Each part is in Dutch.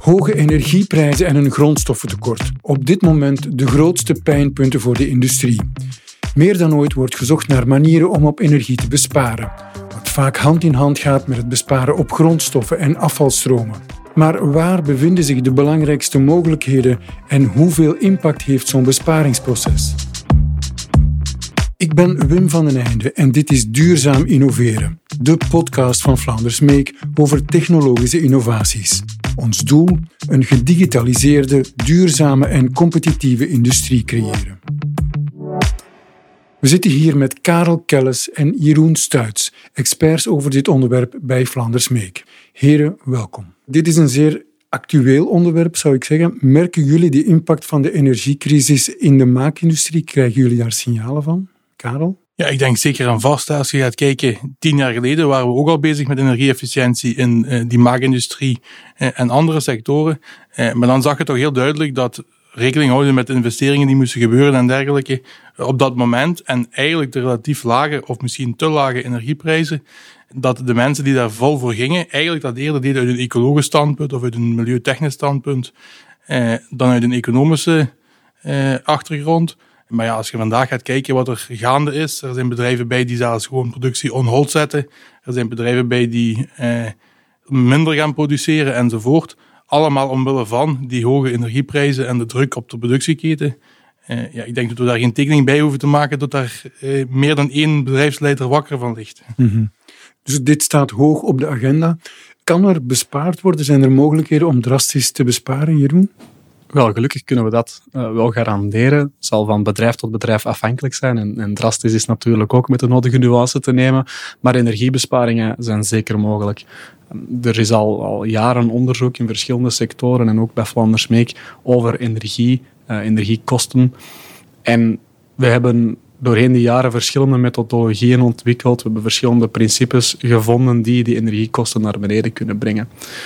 Hoge energieprijzen en een grondstoffentekort. Op dit moment de grootste pijnpunten voor de industrie. Meer dan ooit wordt gezocht naar manieren om op energie te besparen, wat vaak hand in hand gaat met het besparen op grondstoffen en afvalstromen. Maar waar bevinden zich de belangrijkste mogelijkheden en hoeveel impact heeft zo'n besparingsproces? Ik ben Wim van den Einde en dit is Duurzaam Innoveren, de podcast van Vlaanders Make over technologische innovaties. Ons doel? Een gedigitaliseerde, duurzame en competitieve industrie creëren. We zitten hier met Karel Kelles en Jeroen Stuits, experts over dit onderwerp bij Vlaanders Make. Heren, welkom. Dit is een zeer actueel onderwerp, zou ik zeggen. Merken jullie de impact van de energiecrisis in de maakindustrie? Krijgen jullie daar signalen van? Karel? Ja, ik denk zeker en vast. Als je gaat kijken, 10 jaar geleden waren we ook al bezig met energieefficiëntie in die maakindustrie en andere sectoren. Maar dan zag je toch heel duidelijk dat rekening houden met de investeringen die moesten gebeuren en dergelijke op dat moment. En eigenlijk de relatief lage of misschien te lage energieprijzen, dat de mensen die daar vol voor gingen, eigenlijk dat eerder deden uit een ecologisch standpunt of uit een milieutechnisch standpunt dan uit een economische achtergrond. Maar ja, als je vandaag gaat kijken wat er gaande is, er zijn bedrijven bij die zelfs gewoon productie on hold zetten. Er zijn bedrijven bij die minder gaan produceren enzovoort. Allemaal omwille van die hoge energieprijzen en de druk op de productieketen. Ik denk dat we daar geen tekening bij hoeven te maken dat daar meer dan 1 bedrijfsleider wakker van ligt. Mm-hmm. Dus dit staat hoog op de agenda. Kan er bespaard worden? Zijn er mogelijkheden om drastisch te besparen, Jeroen? Wel, gelukkig kunnen we dat wel garanderen. Het zal van bedrijf tot bedrijf afhankelijk zijn. En drastisch is natuurlijk ook met de nodige nuance te nemen. Maar energiebesparingen zijn zeker mogelijk. Er is al jaren onderzoek in verschillende sectoren en ook bij Vlaanders Make over energiekosten. En we hebben doorheen de jaren verschillende methodologieën ontwikkeld. We hebben verschillende principes gevonden die energiekosten naar beneden kunnen brengen.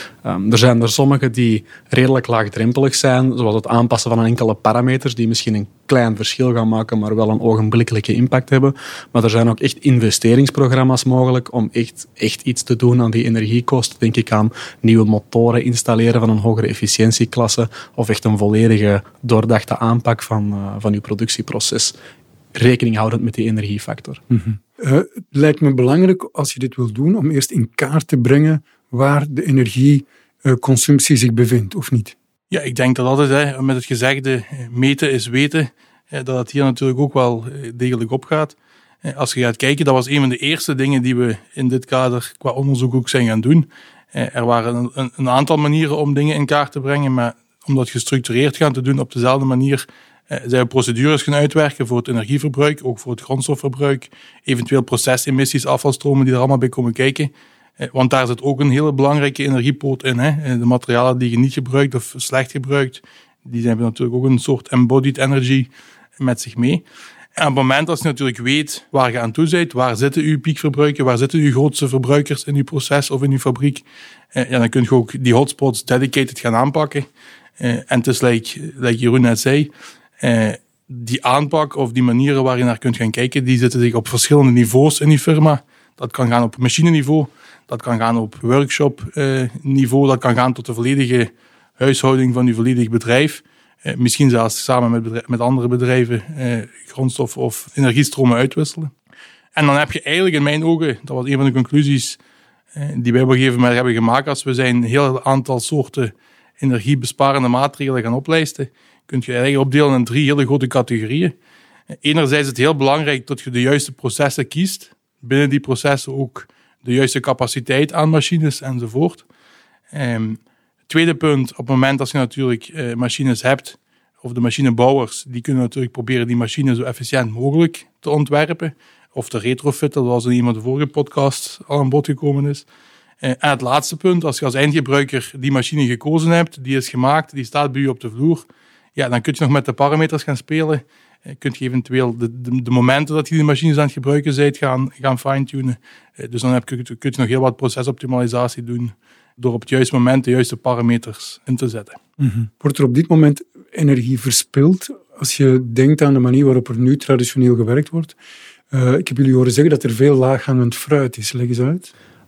Er zijn er sommige die redelijk laagdrempelig zijn, zoals het aanpassen van enkele parameters die misschien een klein verschil gaan maken, maar wel een ogenblikkelijke impact hebben. Maar er zijn ook echt investeringsprogramma's mogelijk om echt iets te doen aan die energiekosten. Denk ik aan nieuwe motoren installeren van een hogere efficiëntieklasse of echt een volledige doordachte aanpak van uw productieproces. Rekening houdend met die energiefactor. Mm-hmm. Het lijkt me belangrijk, als je dit wil doen, om eerst in kaart te brengen waar de energieconsumptie zich bevindt, of niet? Ja, ik denk dat altijd, met het gezegde meten is weten, dat het hier natuurlijk ook wel degelijk opgaat. Als je gaat kijken, dat was een van de eerste dingen die we in dit kader qua onderzoek ook zijn gaan doen. Er waren een aantal manieren om dingen in kaart te brengen, maar om dat gestructureerd gaan te doen op dezelfde manier, zijn we procedures gaan uitwerken voor het energieverbruik, ook voor het grondstofverbruik, eventueel procesemissies, afvalstromen die er allemaal bij komen kijken. Want daar zit ook een hele belangrijke energiepoot in. De materialen die je niet gebruikt of slecht gebruikt, die hebben natuurlijk ook een soort embodied energy met zich mee. En op het moment dat je natuurlijk weet waar je aan toe bent, waar zitten uw piekverbruiken, waar zitten uw grootste verbruikers in uw proces of in uw fabriek, dan kun je ook die hotspots dedicated gaan aanpakken. En het is, like Jeroen net zei, die aanpak of die manieren waar je naar kunt gaan kijken, die zitten zich op verschillende niveaus in die firma. Dat kan gaan op machineniveau, dat kan gaan op workshop-niveau, dat kan gaan tot de volledige huishouding van je volledig bedrijf. Misschien zelfs samen met andere bedrijven grondstof of energiestromen uitwisselen. En dan heb je eigenlijk in mijn ogen, dat was een van de conclusies die wij op een gegeven moment hebben gemaakt, als we zijn een heel aantal soorten energiebesparende maatregelen gaan oplijsten, kun je eigenlijk opdelen in 3 hele grote categorieën. Enerzijds is het heel belangrijk dat je de juiste processen kiest. Binnen die processen ook de juiste capaciteit aan machines enzovoort. Tweede punt, op het moment dat je natuurlijk machines hebt, of de machinebouwers, die kunnen natuurlijk proberen die machine zo efficiënt mogelijk te ontwerpen. Of te retrofitten, zoals in een van de vorige podcasts al aan bod gekomen is. En het laatste punt, als je als eindgebruiker die machine gekozen hebt, die is gemaakt, die staat bij je op de vloer, ja, dan kun je nog met de parameters gaan spelen. Kun je eventueel de momenten dat je die machines aan het gebruiken bent gaan fine-tunen. Dus dan kun je nog heel wat procesoptimalisatie doen door op het juiste moment de juiste parameters in te zetten. Mm-hmm. Wordt er op dit moment energie verspild als je denkt aan de manier waarop er nu traditioneel gewerkt wordt? Ik heb jullie horen zeggen dat er veel laaghangend fruit is. Leg eens uit.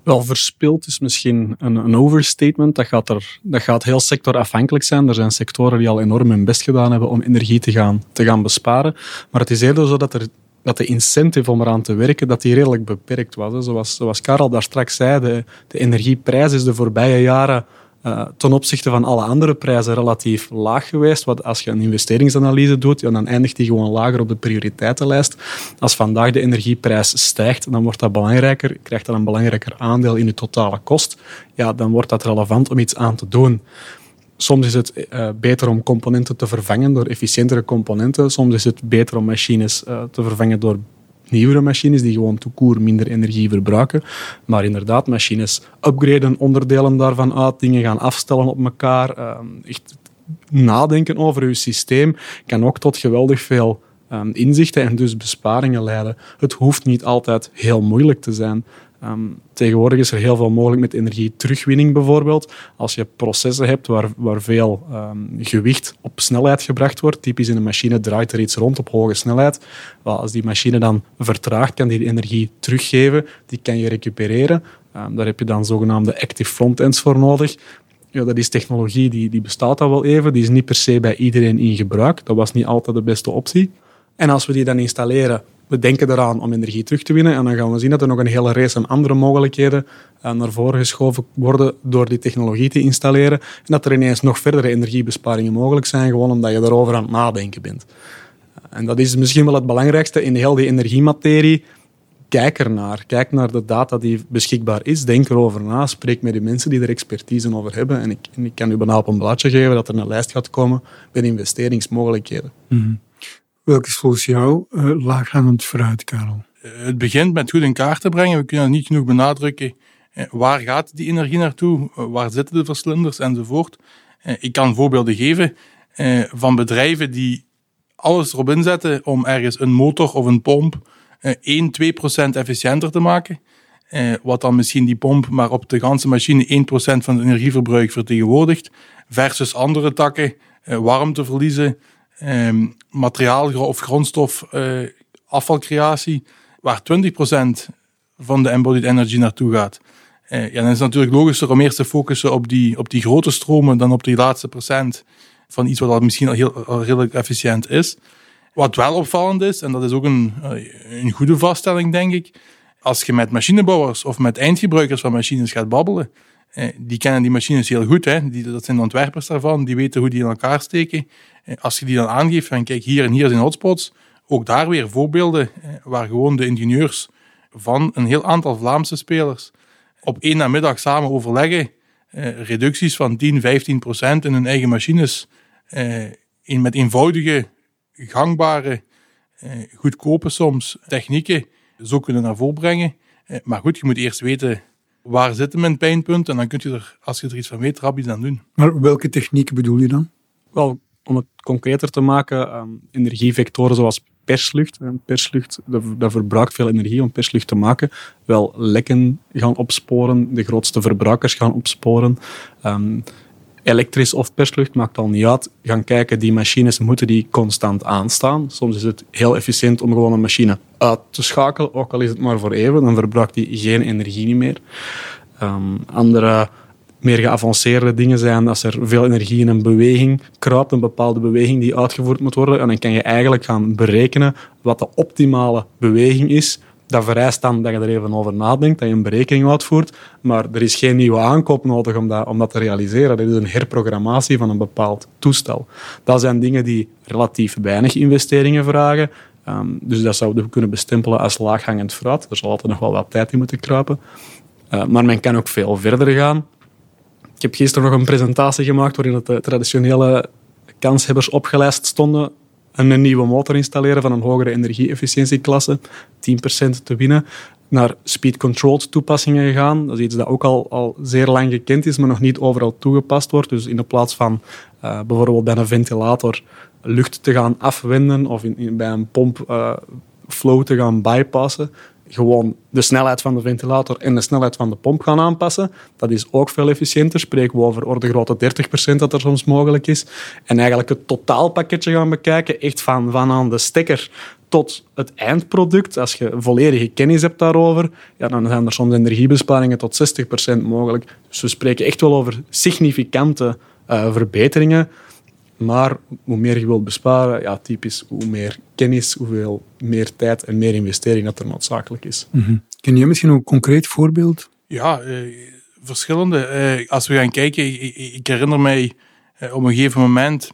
Wel, verspild is misschien een overstatement. Dat gaat heel sectorafhankelijk zijn. Er zijn sectoren die al enorm hun best gedaan hebben om energie te gaan besparen. Maar het is eerder zo dat de incentive om eraan te werken, dat die redelijk beperkt was. Zoals Karel daar straks zei, de energieprijs is de voorbije jaren ten opzichte van alle andere prijzen relatief laag geweest. Want als je een investeringsanalyse doet, dan eindigt die gewoon lager op de prioriteitenlijst. Als vandaag de energieprijs stijgt, dan wordt dat belangrijker. Je krijgt dan een belangrijker aandeel in je totale kost. Ja, dan wordt dat relevant om iets aan te doen. Soms is het beter om componenten te vervangen door efficiëntere componenten. Soms is het beter om machines te vervangen door nieuwere machines die gewoon tout court minder energie verbruiken. Maar inderdaad, machines upgraden, onderdelen daarvan uit, dingen gaan afstellen op elkaar. Echt nadenken over je systeem kan ook tot geweldig veel inzichten en dus besparingen leiden. Het hoeft niet altijd heel moeilijk te zijn. Tegenwoordig is er heel veel mogelijk met energieterugwinning bijvoorbeeld. Als je processen hebt waar veel gewicht op snelheid gebracht wordt, typisch in een machine draait er iets rond op hoge snelheid. Als die machine dan vertraagt, kan die energie teruggeven, die kan je recupereren. Daar heb je dan zogenaamde active frontends voor nodig. Ja, dat is technologie die bestaat al wel even, die is niet per se bij iedereen in gebruik. Dat was niet altijd de beste optie. En als we die dan installeren, we denken eraan om energie terug te winnen en dan gaan we zien dat er nog een hele race aan andere mogelijkheden naar voren geschoven worden door die technologie te installeren en dat er ineens nog verdere energiebesparingen mogelijk zijn, gewoon omdat je daarover aan het nadenken bent. En dat is misschien wel het belangrijkste in heel die energiematerie. Kijk ernaar. Kijk naar de data die beschikbaar is. Denk erover na. Spreek met de mensen die er expertise over hebben. En ik kan u bijna op een blaadje geven dat er een lijst gaat komen met investeringsmogelijkheden. Mm-hmm. Welk is volgens jou laaghangend fruit, Karel? Het begint met goed in kaart te brengen. We kunnen het niet genoeg benadrukken. Waar gaat die energie naartoe? Waar zitten de verslinders? Enzovoort. Ik kan voorbeelden geven van bedrijven die alles erop inzetten om ergens een motor of een pomp 1-2% efficiënter te maken. Wat dan misschien die pomp maar op de ganse machine 1% van het energieverbruik vertegenwoordigt. Versus andere takken, warmteverliezen, materiaal of grondstof, afvalcreatie, waar 20% van de embodied energy naartoe gaat. Dan is het natuurlijk logischer om eerst te focussen op die grote stromen dan op die laatste procent van iets wat misschien al heel redelijk efficiënt is. Wat wel opvallend is, en dat is ook een goede vaststelling, denk ik, als je met machinebouwers of met eindgebruikers van machines gaat babbelen, die kennen die machines heel goed. Dat zijn de ontwerpers daarvan, die weten hoe die in elkaar steken. Als je die dan aangeeft van kijk, hier en hier zijn hotspots, ook daar weer voorbeelden waar gewoon de ingenieurs van een heel aantal Vlaamse spelers op één namiddag samen overleggen, reducties van 10-15% in hun eigen machines, met eenvoudige, gangbare, goedkope soms technieken zo kunnen naar voren brengen. Maar goed, je moet eerst weten waar zit mijn pijnpunt en dan kun je er, als je er iets van weet, rap iets aan doen. Maar welke technieken bedoel je dan? Wel, om het concreter te maken, energievectoren zoals perslucht. Perslucht, dat verbruikt veel energie om perslucht te maken. Wel lekken gaan opsporen, de grootste verbruikers gaan opsporen. Elektrisch of perslucht maakt al niet uit. Gaan kijken, die machines moeten die constant aanstaan. Soms is het heel efficiënt om gewoon een machine uit te schakelen, ook al is het maar voor even, dan verbruikt die geen energie meer. Andere meer geavanceerde dingen zijn als er veel energie in een beweging kruipt, een bepaalde beweging die uitgevoerd moet worden. En dan kan je eigenlijk gaan berekenen wat de optimale beweging is. Dat vereist dan dat je er even over nadenkt, dat je een berekening uitvoert. Maar er is geen nieuwe aankoop nodig om dat te realiseren. Dat is een herprogrammatie van een bepaald toestel. Dat zijn dingen die relatief weinig investeringen vragen. Dus dat zouden we kunnen bestempelen als laaghangend fruit. Er zal altijd nog wel wat tijd in moeten kruipen. Maar men kan ook veel verder gaan. Ik heb gisteren nog een presentatie gemaakt waarin de traditionele kanshebbers opgelijst stonden. Een nieuwe motor installeren van een hogere energie-efficiëntieklasse, 10% te winnen, naar speed-controlled toepassingen gegaan. Dat is iets dat ook al zeer lang gekend is, maar nog niet overal toegepast wordt. Dus in de plaats van bijvoorbeeld bij een ventilator lucht te gaan afwenden of bij een pomp flow te gaan bypassen, gewoon de snelheid van de ventilator en de snelheid van de pomp gaan aanpassen. Dat is ook veel efficiënter. Spreken we over orde grootte 30% dat er soms mogelijk is. En eigenlijk het totaalpakketje gaan bekijken. Echt van aan de stekker tot het eindproduct, als je volledige kennis hebt daarover, ja, dan zijn er soms energiebesparingen tot 60% mogelijk. Dus we spreken echt wel over significante verbeteringen. Maar hoe meer je wilt besparen, ja, typisch, hoe meer kennis, hoeveel meer tijd en meer investering dat er noodzakelijk is. Mm-hmm. Ken je misschien een concreet voorbeeld? Ja, verschillende. Als we gaan kijken, ik herinner mij op een gegeven moment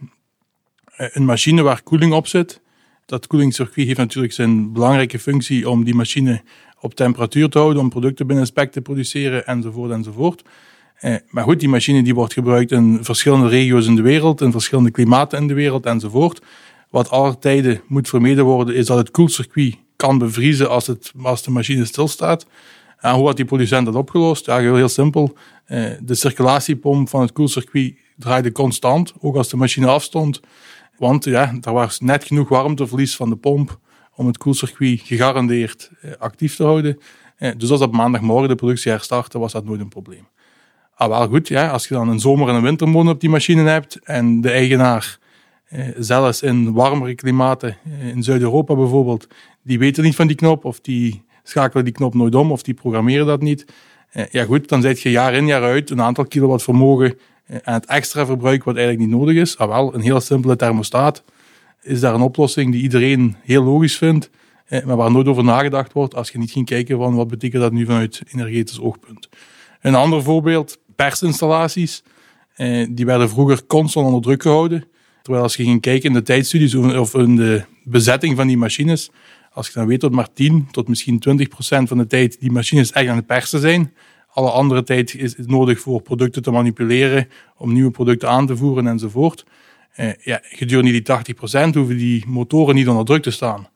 een machine waar koeling op zit. Dat koelingscircuit heeft natuurlijk zijn belangrijke functie om die machine op temperatuur te houden, om producten binnen spec te produceren, enzovoort. Maar goed, die machine die wordt gebruikt in verschillende regio's in de wereld, in verschillende klimaten in de wereld, enzovoort. Wat aller tijden moet vermeden worden, is dat het koelcircuit kan bevriezen als de machine stilstaat. En hoe had die producent dat opgelost? Ja, heel simpel. De circulatiepomp van het koelcircuit draaide constant, ook als de machine afstond. Want ja, er was net genoeg warmteverlies van de pomp om het koelcircuit gegarandeerd actief te houden. Dus als op maandagmorgen de productie herstartte, was dat nooit een probleem. Wel goed, ja, als je dan een zomer- en een wintermode op die machine hebt en de eigenaar, zelfs in warmere klimaten, in Zuid-Europa bijvoorbeeld, die weten niet van die knop of die schakelen die knop nooit om of die programmeren dat niet. Ja goed, dan zet je jaar in jaar uit een aantal kilowatt vermogen aan het extra verbruik wat eigenlijk niet nodig is. Wel, een heel simpele thermostaat is daar een oplossing die iedereen heel logisch vindt, maar waar nooit over nagedacht wordt als je niet ging kijken van wat betekent dat nu vanuit energetisch oogpunt. Een ander voorbeeld, persinstallaties. Die werden vroeger constant onder druk gehouden. Terwijl als je ging kijken in de tijdstudies of in de bezetting van die machines, als je dan weet dat maar 10 tot misschien 20% van de tijd die machines echt aan het persen zijn. Alle andere tijd is nodig voor producten te manipuleren, om nieuwe producten aan te voeren enzovoort. Gedurende die 80% hoeven die motoren niet onder druk te staan.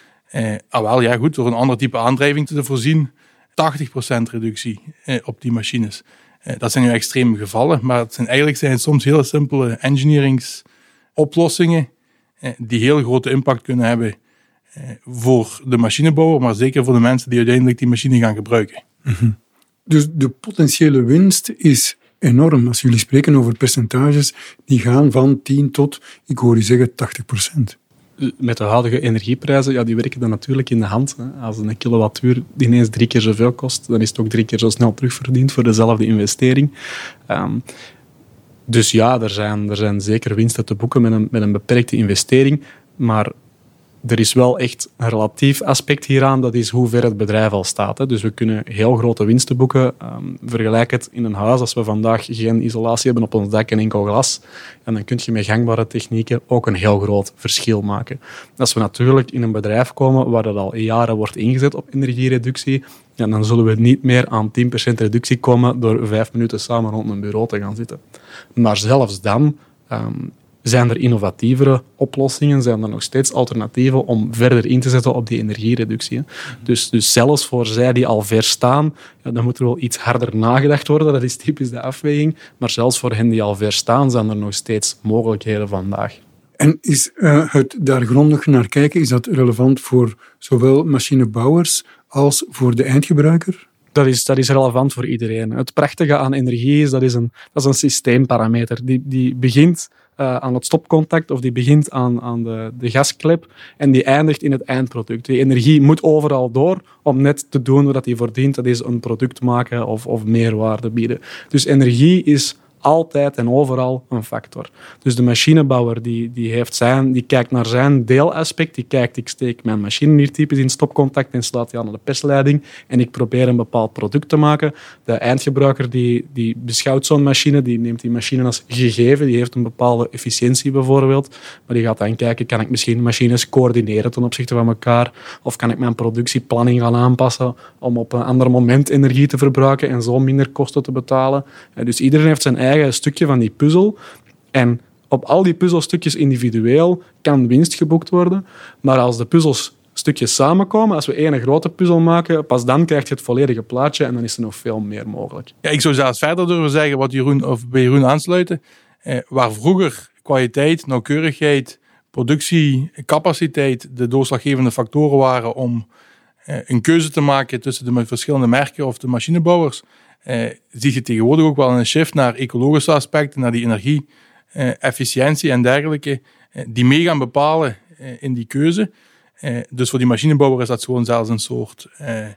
Door een ander type aandrijving te voorzien, 80% reductie op die machines. Dat zijn nu extreme gevallen, maar het zijn soms hele simpele engineeringsoplossingen die heel grote impact kunnen hebben voor de machinebouwer, maar zeker voor de mensen die uiteindelijk die machine gaan gebruiken. Mm-hmm. Dus de potentiële winst is enorm. Als jullie spreken over percentages, die gaan van 10 tot, ik hoor u zeggen, 80%. Met de huidige energieprijzen, ja, die werken dan natuurlijk in de hand. Hè. Als een kilowattuur ineens 3 keer zoveel kost, dan is het ook 3 keer zo snel terugverdiend voor dezelfde investering. Dus ja, er zijn zeker winsten te boeken met een beperkte investering, maar er is wel echt een relatief aspect hieraan, dat is hoe ver het bedrijf al staat. Hè. Dus we kunnen heel grote winsten boeken. Vergelijk het in een huis, als we vandaag geen isolatie hebben op ons dak en enkel glas, en dan kun je met gangbare technieken ook een heel groot verschil maken. Als we natuurlijk in een bedrijf komen waar dat al jaren wordt ingezet op energiereductie, ja, dan zullen we niet meer aan 10% reductie komen door 5 minuten samen rond een bureau te gaan zitten. Maar zelfs dan zijn er innovatievere oplossingen, zijn er nog steeds alternatieven om verder in te zetten op die energiereductie. Dus zelfs voor zij die al ver staan, ja, dan moet er wel iets harder nagedacht worden, dat is typisch de afweging, maar zelfs voor hen die al ver staan, zijn er nog steeds mogelijkheden vandaag. En is het daar grondig naar kijken, is dat relevant voor zowel machinebouwers als voor de eindgebruiker? Dat is relevant voor iedereen. Het prachtige aan energie is, dat is een systeemparameter. Die begint aan het stopcontact of die begint aan de gasklep en die eindigt in het eindproduct. Die energie moet overal door om net te doen wat die verdient. Dat is een product maken of meerwaarde bieden. Dus energie is altijd en overal een factor. Dus de machinebouwer die kijkt naar zijn deelaspect. Die kijkt, ik steek mijn machine hier typisch in stopcontact en slaat die aan de persleiding en ik probeer een bepaald product te maken. De eindgebruiker die beschouwt zo'n machine, die neemt die machine als gegeven, die heeft een bepaalde efficiëntie bijvoorbeeld, maar die gaat dan kijken, kan ik misschien machines coördineren ten opzichte van elkaar, of kan ik mijn productieplanning gaan aanpassen om op een ander moment energie te verbruiken en zo minder kosten te betalen. Dus iedereen heeft zijn eigen stukje van die puzzel. En op al die puzzelstukjes individueel kan winst geboekt worden. Maar als de puzzelstukjes samenkomen, als we één grote puzzel maken, pas dan krijg je het volledige plaatje en dan is er nog veel meer mogelijk. Ja, ik zou zelfs verder durven zeggen wat bij Jeroen aansluiten. Waar vroeger kwaliteit, nauwkeurigheid, productiecapaciteit de doorslaggevende factoren waren om een keuze te maken tussen de verschillende merken of de machinebouwers, zie je tegenwoordig ook wel een shift naar ecologische aspecten, naar die energie, efficiëntie en dergelijke, die mee gaan bepalen in die keuze. Dus voor die machinebouwer is dat gewoon zelfs een soort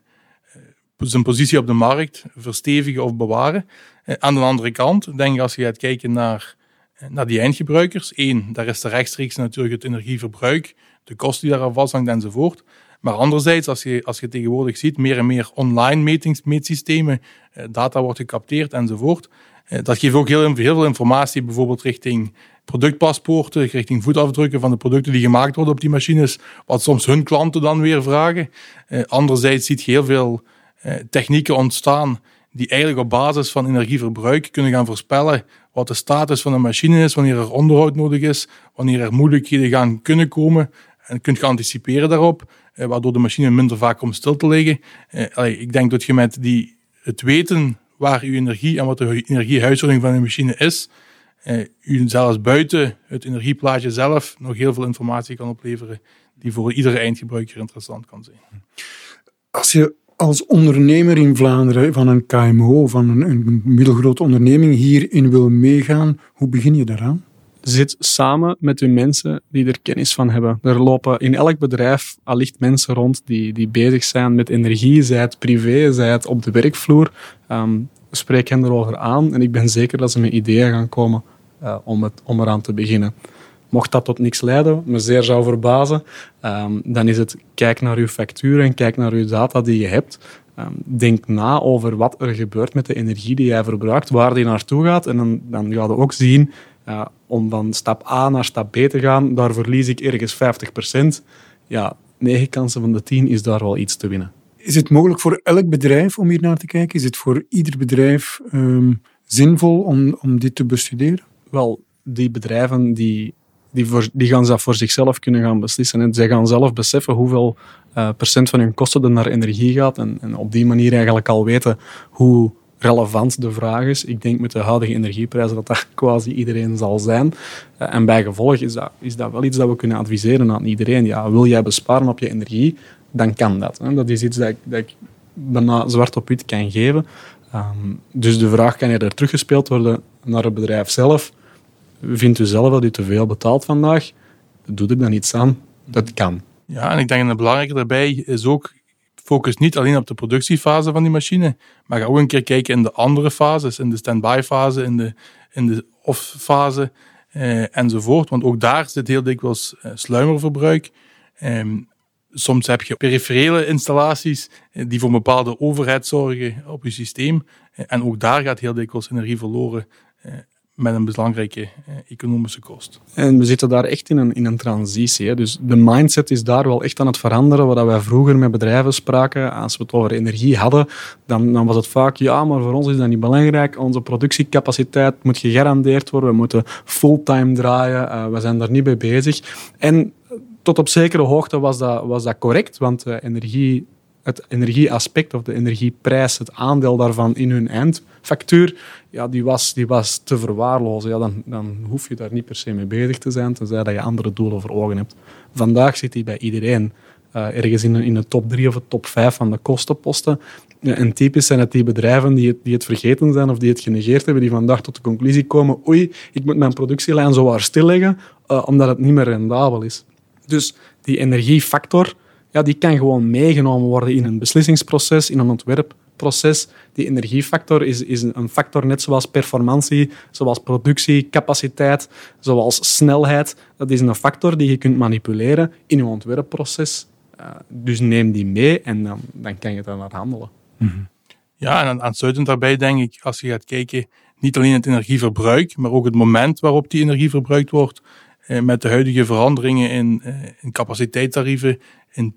zijn positie op de markt verstevigen of bewaren. Aan de andere kant, denk ik, als je gaat kijken naar die eindgebruikers. Daar is de rechtstreeks natuurlijk het energieverbruik, de kosten die daaraan vasthangt enzovoort. Maar anderzijds, als je tegenwoordig ziet, meer en meer online meetsystemen, data wordt gecapteerd enzovoort. Dat geeft ook heel veel informatie, bijvoorbeeld richting productpaspoorten, richting voetafdrukken van de producten die gemaakt worden op die machines, wat soms hun klanten dan weer vragen. Anderzijds ziet je heel veel technieken ontstaan die eigenlijk op basis van energieverbruik kunnen gaan voorspellen wat de status van een machine is, wanneer er onderhoud nodig is, wanneer er moeilijkheden gaan kunnen komen. En je kunt gaan anticiperen daarop, waardoor de machine minder vaak komt stil te liggen. Ik denk dat je met het weten waar uw energie en wat de energiehuishouding van een machine is, u zelfs buiten het energieplaatje zelf nog heel veel informatie kan opleveren die voor iedere eindgebruiker interessant kan zijn. Als je als ondernemer in Vlaanderen van een KMO, van een middelgrote onderneming hierin wil meegaan, hoe begin je daaraan? Zit samen met uw mensen die er kennis van hebben. Er lopen in elk bedrijf allicht mensen rond die bezig zijn met energie, zij het privé, zij het op de werkvloer. Spreek hen erover aan en ik ben zeker dat ze met ideeën gaan komen om eraan te beginnen. Mocht dat tot niks leiden, me zeer zou verbazen, dan is het kijk naar uw facturen en kijk naar uw data die je hebt. Denk na over wat er gebeurt met de energie die jij verbruikt, waar die naartoe gaat. En dan ga je ook zien, om van stap A naar stap B te gaan, daar verlies ik ergens 50%. Ja, 9 kansen van de 10 is daar wel iets te winnen. Is het mogelijk voor elk bedrijf om hier naar te kijken? Is het voor ieder bedrijf zinvol om dit te bestuderen? Wel, die bedrijven die gaan dat voor zichzelf kunnen gaan beslissen. En zij gaan zelf beseffen hoeveel procent van hun kosten er naar energie gaat. En op die manier eigenlijk al weten hoe relevant de vraag is. Ik denk met de huidige energieprijzen dat quasi iedereen zal zijn. En bij gevolg is dat wel iets dat we kunnen adviseren aan iedereen. Ja, wil jij besparen op je energie, dan kan dat. Dat is iets dat ik bijna zwart op wit kan geven. Dus de vraag kan er teruggespeeld worden naar het bedrijf zelf. Vindt u zelf dat u te veel betaalt vandaag? Doe er dan iets aan. Dat kan. Ja, en ik denk dat het belangrijke daarbij is ook, focus niet alleen op de productiefase van die machine, maar ga ook een keer kijken in de andere fases, in de stand-by fase, in de off-fase enzovoort. Want ook daar zit heel dikwijls sluimerverbruik. Soms heb je peripherele installaties die voor een bepaalde overheid zorgen op je systeem. En ook daar gaat heel dikwijls energie verloren met een belangrijke economische kost. En we zitten daar echt in een transitie. Hè. Dus de mindset is daar wel echt aan het veranderen. Wat wij vroeger met bedrijven spraken, als we het over energie hadden, dan was het vaak, ja, maar voor ons is dat niet belangrijk. Onze productiecapaciteit moet gegarandeerd worden. We moeten fulltime draaien. We zijn daar niet mee bezig. En tot op zekere hoogte was dat correct, want het energieaspect of de energieprijs, het aandeel daarvan in hun eindfactuur, ja, die was te verwaarlozen. Ja, dan hoef je daar niet per se mee bezig te zijn, tenzij dat je andere doelen voor ogen hebt. Vandaag zit die bij iedereen ergens in de top 3 of de top 5 van de kostenposten. En typisch zijn het die bedrijven die het vergeten zijn of die het genegeerd hebben, die vandaag tot de conclusie komen, oei, ik moet mijn productielijn zowaar stilleggen, omdat het niet meer rendabel is. Dus die energiefactor, ja, die kan gewoon meegenomen worden in een beslissingsproces, in een ontwerpproces. Die energiefactor is een factor net zoals performantie, zoals productie, capaciteit, zoals snelheid. Dat is een factor die je kunt manipuleren in je ontwerpproces. Dus neem die mee en dan kan je daar naar handelen. Mm-hmm. Ja, en aansluitend daarbij denk ik, als je gaat kijken, niet alleen het energieverbruik, maar ook het moment waarop die energie verbruikt wordt, met de huidige veranderingen in capaciteitstarieven, in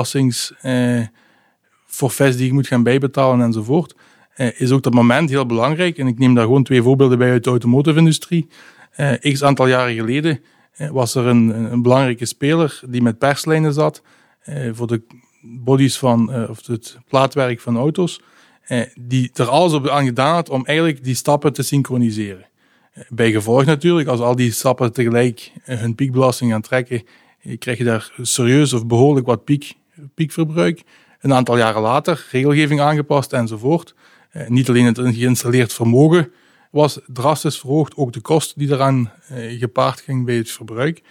piekbelastingsforfaits die je moet gaan bijbetalen enzovoort, is ook dat moment heel belangrijk. En ik neem daar gewoon 2 voorbeelden bij uit de automotive-industrie. X aantal jaren geleden was er een belangrijke speler die met perslijnen zat voor de bodies of het plaatwerk van auto's, die er alles op aan gedaan had om eigenlijk die stappen te synchroniseren. Bij gevolg natuurlijk, als al die stappen tegelijk hun piekbelasting gaan trekken, krijg je daar serieus of behoorlijk wat piekverbruik. Een aantal jaren later, regelgeving aangepast enzovoort. Niet alleen het geïnstalleerd vermogen was drastisch verhoogd, ook de kosten die eraan gepaard ging bij het verbruik.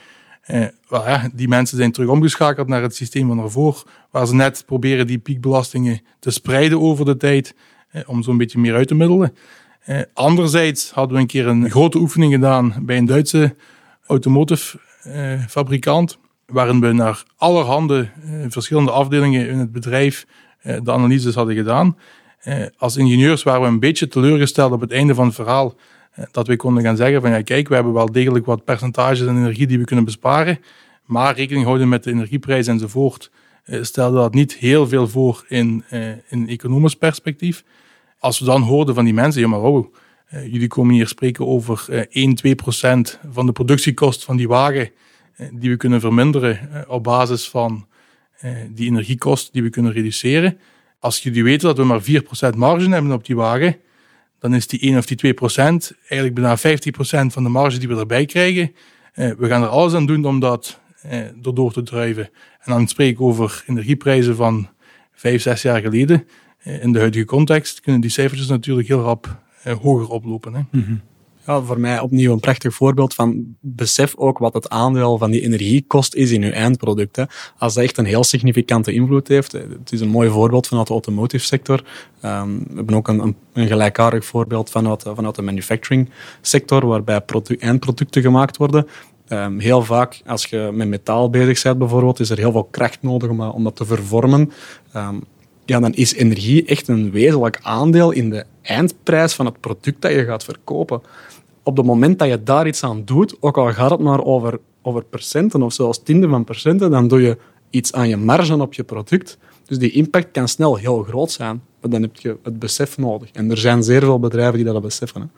Die mensen zijn terug omgeschakeld naar het systeem van ervoor, waar ze net proberen die piekbelastingen te spreiden over de tijd, om zo'n beetje meer uit te middelen. Anderzijds hadden we een keer een grote oefening gedaan bij een Duitse automotive fabrikant, waarin we naar allerhande verschillende afdelingen in het bedrijf de analyses hadden gedaan. Als ingenieurs waren we een beetje teleurgesteld op het einde van het verhaal, dat we konden gaan zeggen van kijk, we hebben wel degelijk wat percentages aan energie die we kunnen besparen, maar rekening houden met de energieprijs enzovoort stelde dat niet heel veel voor in economisch perspectief. Als we dan hoorden van die mensen, jullie komen hier spreken over 1-2% van de productiekost van die wagen die we kunnen verminderen op basis van die energiekost die we kunnen reduceren. Als jullie weten dat we maar 4% marge hebben op die wagen, dan is die 1 of die 2% eigenlijk bijna 50% van de marge die we erbij krijgen. We gaan er alles aan doen om dat door te drijven. En dan spreek ik over energieprijzen van 5-6 jaar geleden. In de huidige context kunnen die cijfertjes natuurlijk heel rap hoger oplopen. Hè. Mm-hmm. Ja, voor mij opnieuw een prachtig voorbeeld van besef ook wat het aandeel van die energiekost is in uw eindproduct. Hè. Als dat echt een heel significante invloed heeft. Het is een mooi voorbeeld vanuit de automotive sector. We hebben ook een gelijkaardig voorbeeld vanuit de manufacturing sector, waarbij eindproducten gemaakt worden. Heel vaak, als je met metaal bezig bent bijvoorbeeld, is er heel veel kracht nodig om dat te vervormen. Dan is energie echt een wezenlijk aandeel in de eindprijs van het product dat je gaat verkopen. Op het moment dat je daar iets aan doet, ook al gaat het maar over procenten of zelfs tienden van procenten, dan doe je iets aan je marge op je product. Dus die impact kan snel heel groot zijn. Maar dan heb je het besef nodig. En er zijn zeer veel bedrijven die dat beseffen. Hè.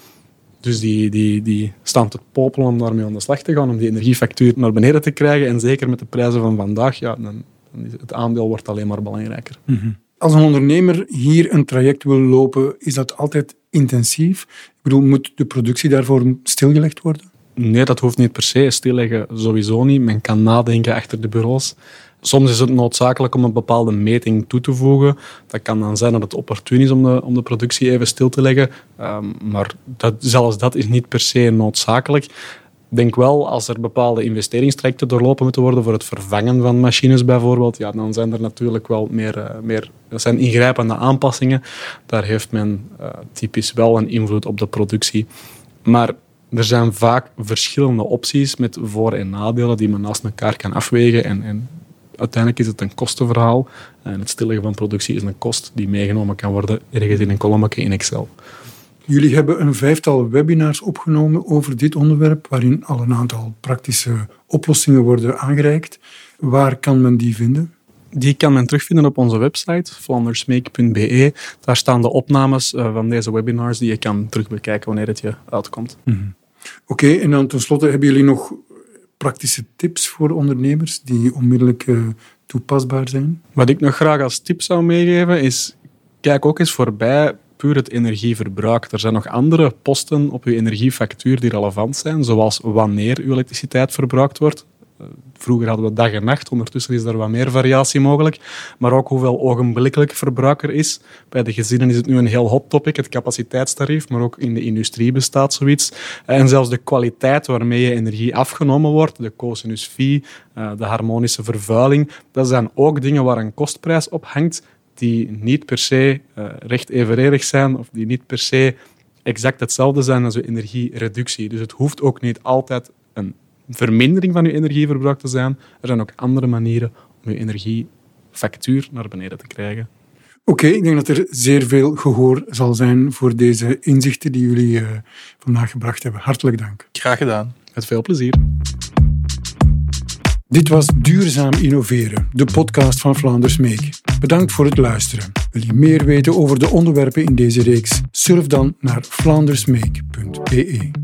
Dus die staan te popelen om daarmee aan de slag te gaan, om die energiefactuur naar beneden te krijgen. En zeker met de prijzen van vandaag, dan het aandeel wordt alleen maar belangrijker. Mm-hmm. Als een ondernemer hier een traject wil lopen, is dat altijd intensief? Ik bedoel, moet de productie daarvoor stilgelegd worden? Nee, dat hoeft niet per se. Stilleggen sowieso niet. Men kan nadenken achter de bureaus. Soms is het noodzakelijk om een bepaalde meting toe te voegen. Dat kan dan zijn dat het opportun is om de productie even stil te leggen. Maar zelfs dat is niet per se noodzakelijk. Ik denk wel, als er bepaalde investeringstrajecten doorlopen moeten worden voor het vervangen van machines bijvoorbeeld, dan zijn er natuurlijk wel meer dat zijn ingrijpende aanpassingen. Daar heeft men typisch wel een invloed op de productie. Maar er zijn vaak verschillende opties met voor- en nadelen die men naast elkaar kan afwegen. En uiteindelijk is het een kostenverhaal. En het stilleggen van productie is een kost die meegenomen kan worden ergens in een kolommetje in Excel. Jullie hebben een 5-tal webinars opgenomen over dit onderwerp, waarin al een aantal praktische oplossingen worden aangereikt. Waar kan men die vinden? Die kan men terugvinden op onze website, flaundersmeek.be. Daar staan de opnames van deze webinars die je kan terugbekijken wanneer het je uitkomt. Mm-hmm. Oké, en dan tenslotte, hebben jullie nog praktische tips voor ondernemers die onmiddellijk toepasbaar zijn? Wat ik nog graag als tip zou meegeven is, kijk ook eens voorbij puur het energieverbruik. Er zijn nog andere posten op uw energiefactuur die relevant zijn, zoals wanneer uw elektriciteit verbruikt wordt. Vroeger hadden we dag en nacht, ondertussen is er wat meer variatie mogelijk. Maar ook hoeveel ogenblikkelijk verbruik er is. Bij de gezinnen is het nu een heel hot topic, het capaciteitstarief, maar ook in de industrie bestaat zoiets. En zelfs de kwaliteit waarmee je energie afgenomen wordt, de cosinus phi, de harmonische vervuiling, dat zijn ook dingen waar een kostprijs op hangt, die niet per se recht evenredig zijn of die niet per se exact hetzelfde zijn als uw energiereductie. Dus het hoeft ook niet altijd een vermindering van uw energieverbruik te zijn. Er zijn ook andere manieren om uw energiefactuur naar beneden te krijgen. Oké, ik denk dat er zeer veel gehoor zal zijn voor deze inzichten die jullie vandaag gebracht hebben. Hartelijk dank. Graag gedaan. Met veel plezier. Dit was Duurzaam Innoveren, de podcast van Vlaanders Meek. Bedankt voor het luisteren. Wil je meer weten over de onderwerpen in deze reeks? Surf dan naar flaundersmeek.be.